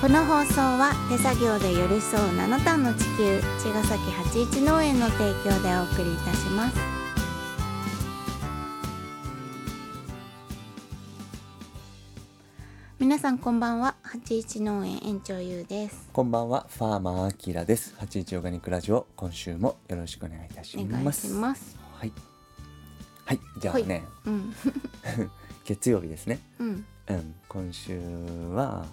この放送は手作業で寄り添う7段の地球、茅ヶ崎八一農園の提供でお送りいたします。皆さんこんばんは、八一農園園長ゆうです。 こんばんは、ファーマーあきらです。八一オーガニックラジオ、今週もよろしくお願いいたします。 お願いします。 はい、はい、じゃあね、月曜日ですね。今週は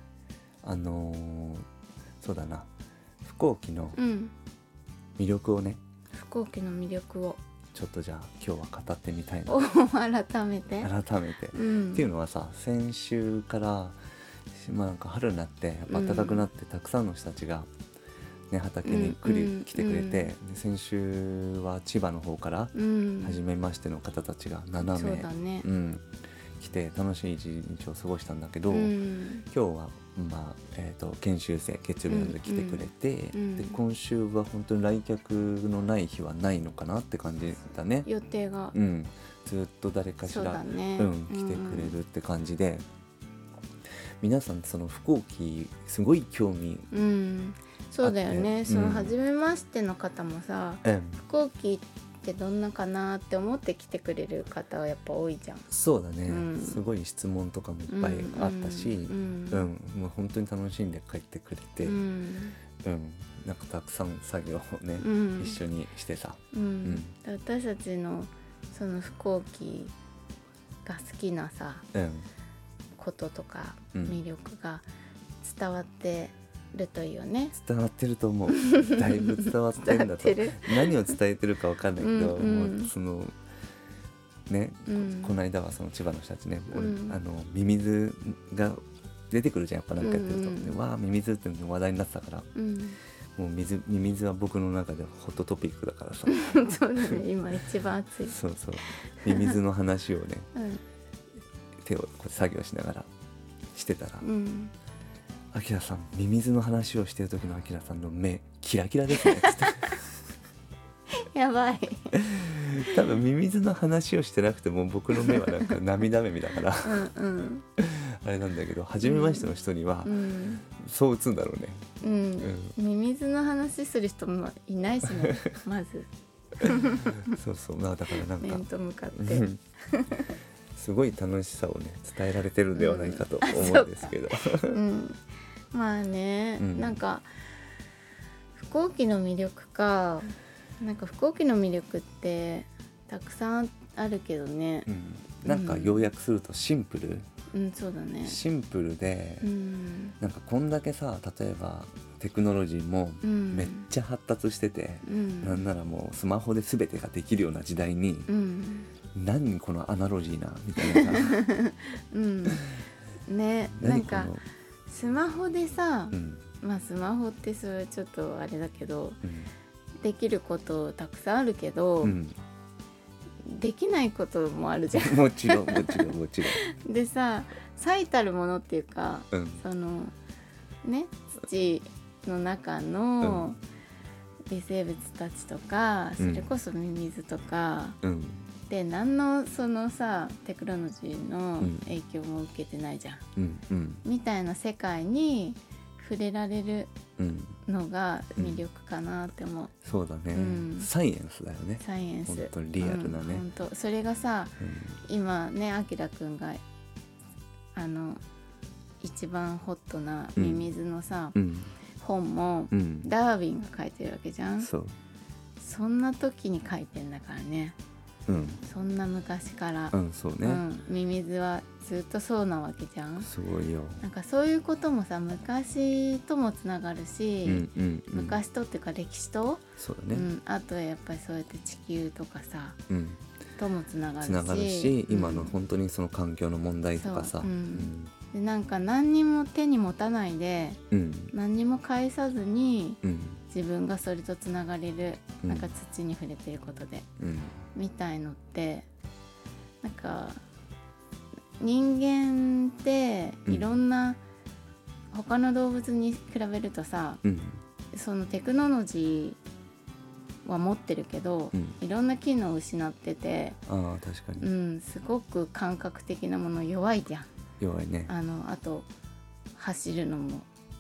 そうだな、飛行機の魅力をね、 飛行機の魅力をちょっとじゃあ今日は語ってみたいな。 改めて、 っていうのはさ、先週からなんか春になってやっぱ暖かくなって、たくさんの人たちが、ね、畑に来てくれて、で先週は千葉の方から初めましての方たちが7名、 そうだね、 来て楽しい一日を過ごしたんだけど、今日は研修生月曜日なので来てくれて、で今週は本当に来客のない日はないのかなって感じだね。 予定が、 ずっと誰かしら、 ね、 来てくれるって感じで、皆さんその飛行機すごい興味、 そうだよね、その初めましての方もさ、飛行機ってどんなかなって思って来てくれる方はやっぱ多いじゃん。 そうだね、すごい質問とかもいっぱいあったし、もう本当に楽しんで帰ってくれて、なんかたくさん作業をね、一緒にしてさ、 私たちのその飛行機が好きなさ、こととか魅力が伝わってるといいよね。 伝わってると思う。だいぶ伝わってるんだと何を伝えてるか分かんないけど、もうそのね、この間はその千葉の人たちね、ミミズが出てくるじゃん、やっぱなんかやってると、でわーミミズって話題になってたから、もうミミズは僕の中でホットトピックだからさそうだね、今一番熱い。 そうミミズの話をね、手をこう作業しながらしてたら、あきらさん、ミミズの話をしてる時のあきらさんの目キラキラですねってやばい多分ミミズの話をしてなくても僕の目はなんか涙目だからあれなんだけど、初めましての人にはそう映るんだろうね。 ミミズの話する人もいないしねまずそう、だからなんか面と向かってすごい楽しさをね伝えられてるんではないかと思うんですけど、 まあね、なんか飛行機の魅力か、なんか飛行機の魅力ってたくさんあるけどね、 なんか要約するとシンプル、 そうだね、 シンプルで、なんかこんだけさ、例えばテクノロジーもめっちゃ発達してて、なんならもうスマホで全てができるような時代に、何このアナロジーなみたいなさね、なんかスマホでさ、まあスマホってそれちょっとあれだけど、できることたくさんあるけど、できないこともあるじゃんもちろんでさ、最たるものっていうか、そのね、土の中の微生物たちとか、それこそミミズとか、で何のそのさテクノロジーの影響も受けてないじゃん、みたいな世界に触れられるのが魅力かなって思う。 そうだね、サイエンスだよね。 サイエンス、 本当にリアルなね、 本当それがさ、今ね、あきらくんが一番ホットなミミズのさ、本も、ダーウィンが書いてるわけじゃん。そんな時に書いてんだからね、そんな昔から、 そうね、 ミミズはずっとそうなわけじゃん。 すごいよ。 なんかそういうこともさ、昔ともつながるし、昔とっていうか歴史と、 そうだね、 あとやっぱりそうやって地球とかさ、ともつながるし、今の本当にその環境の問題とかさ、 でなんか何にも手に持たないで、何にも返さずに、自分がそれとつながれる、なんか土に触れてることで、みたいのって、なんか人間っていろんな、他の動物に比べるとさ、そのテクノロジーは持ってるけど、いろんな機能を失ってて、 確かに、 すごく感覚的なもの弱いじゃん。 弱いね。 あと走るのも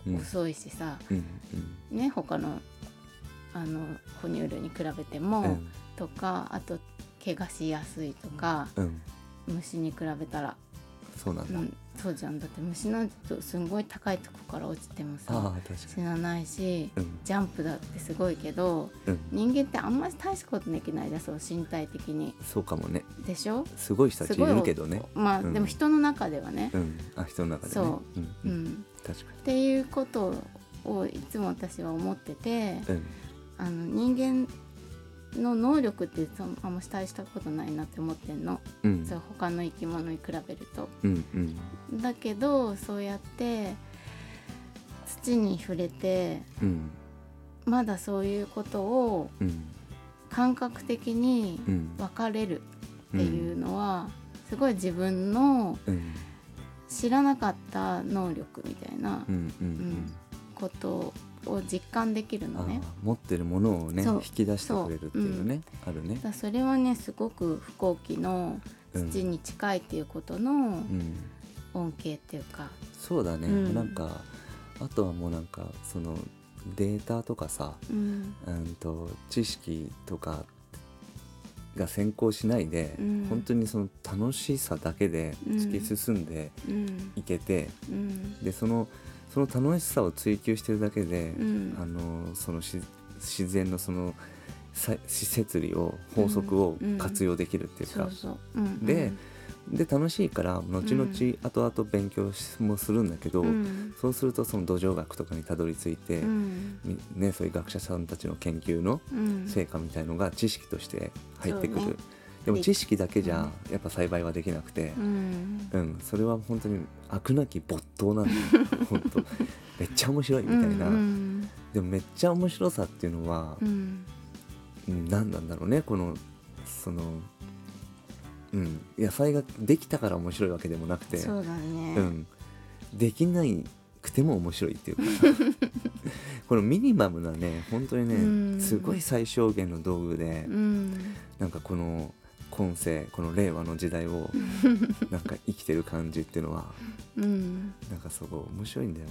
遅いしさ、ね、他の哺乳類に比べても、とか、あと怪我しやすいとか、虫に比べたらそうなんだ、 そうじゃん。だって虫なんてすごい高いとこから落ちてもさ死なないし、ジャンプだってすごいけど、人間ってあんまり大したことできないじゃん、そう身体的に。 そうかもね。 でしょ。 すごい人たちいるけどね。 まあ、でも人の中ではね、 人の中でね、 そう、確かにっていうことをいつも私は思ってて、人間の能力ってあんま大したことないなって思ってんの、そう他の生き物に比べると、だけどそうやって土に触れて、まだそういうことを感覚的に分かれるっていうのは、すごい自分の知らなかった能力みたいなことを実感できるのね。 持ってるものをね引き出してくれるっていうのね、あるね。 それはねすごく飛行機の土に近いっていうことの恩恵っていうか、 そうだね、なんかあとはもうなんかそのデータとかさ、知識とかが先行しないで、本当にその楽しさだけで突き進んでいけて、でその楽しさを追求してるだけで、その自然のその摂理を法則を活用できるっていうか、で楽しいから後々後々勉強もするんだけど、そうするとその土壌学とかにたどり着いて、ね、そういう学者さんたちの研究の成果みたいのが知識として入ってくる。でも知識だけじゃやっぱ栽培はできなくて、それは本当に飽くなき没頭なんだ本当めっちゃ面白いみたいな、でもめっちゃ面白さっていうのは、何なんだろうね、このその野菜ができたから面白いわけでもなくて、 そうだね、 できなくても面白いっていうかこのミニマムなね本当にね、すごい最小限の道具で、なんかこの今世この令和の時代をなんか生きてる感じっていうのは、なんかすごい面白いんだよね。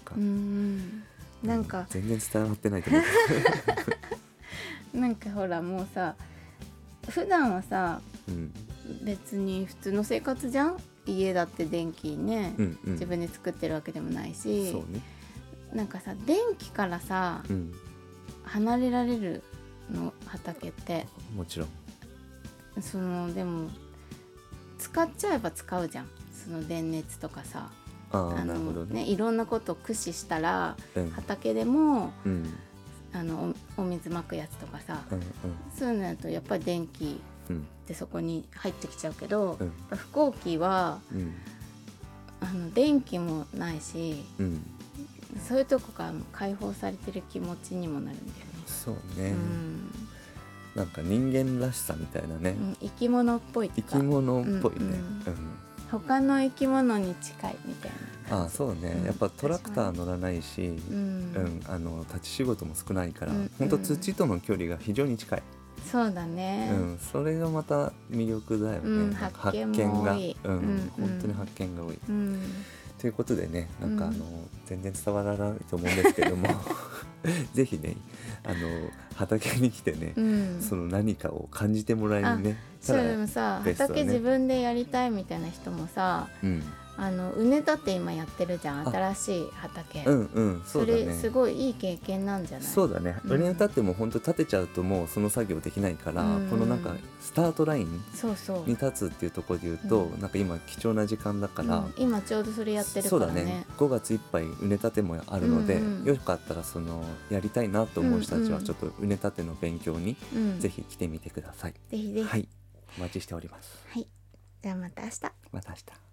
なんか全然伝わってないと思うなんかほらもうさ、普段はさ、別に普通の生活じゃん。家だって電気ね、自分で作ってるわけでもないし、 そうね、 なんかさ電気からさ、離れられるの畑って。 もちろんでも使っちゃえば使うじゃん、その電熱とかさ、 なるほどね、 いろんなことを駆使したら、畑でも、お水まくやつとかさ、そういうのだとやっぱり電気ってそこに入ってきちゃうけど、飛行機は、電気もないし、そういうとこから解放されてる気持ちにもなるんだよね。 そうね、なんか人間らしさみたいなね、 生き物っぽいとか、 生き物っぽいね、 他の生き物に近いみたいな。 そうね、やっぱトラクター乗らないし、立ち仕事も少ないから、本当土との距離が非常に近い。 そうだね、 それがまた魅力だよね、 発見が多い、 本当に発見が多い、ということでね、なんか全然伝わらないと思うんですけどもぜひね畑に来てね、その何かを感じてもらえるね。 それでもさ、畑自分でやりたいみたいな人もさ、うねたって今やってるじゃん、新しい畑。それすごいいい経験なんじゃない？ そうだね、うねたっても本当立てちゃうともうその作業できないから、このなんかスタートラインに立つっていうところで言うと、なんか今貴重な時間だから、 今ちょうどそれやってるからね。 そうだね、5月いっぱいうねたてもあるので、よかったらそのやりたいなと思う人たちはちょっとうねたての勉強にぜひ来てみてください。 ぜひぜひ、 はい、お待ちしております。 はい、じゃあまた明日。 また明日。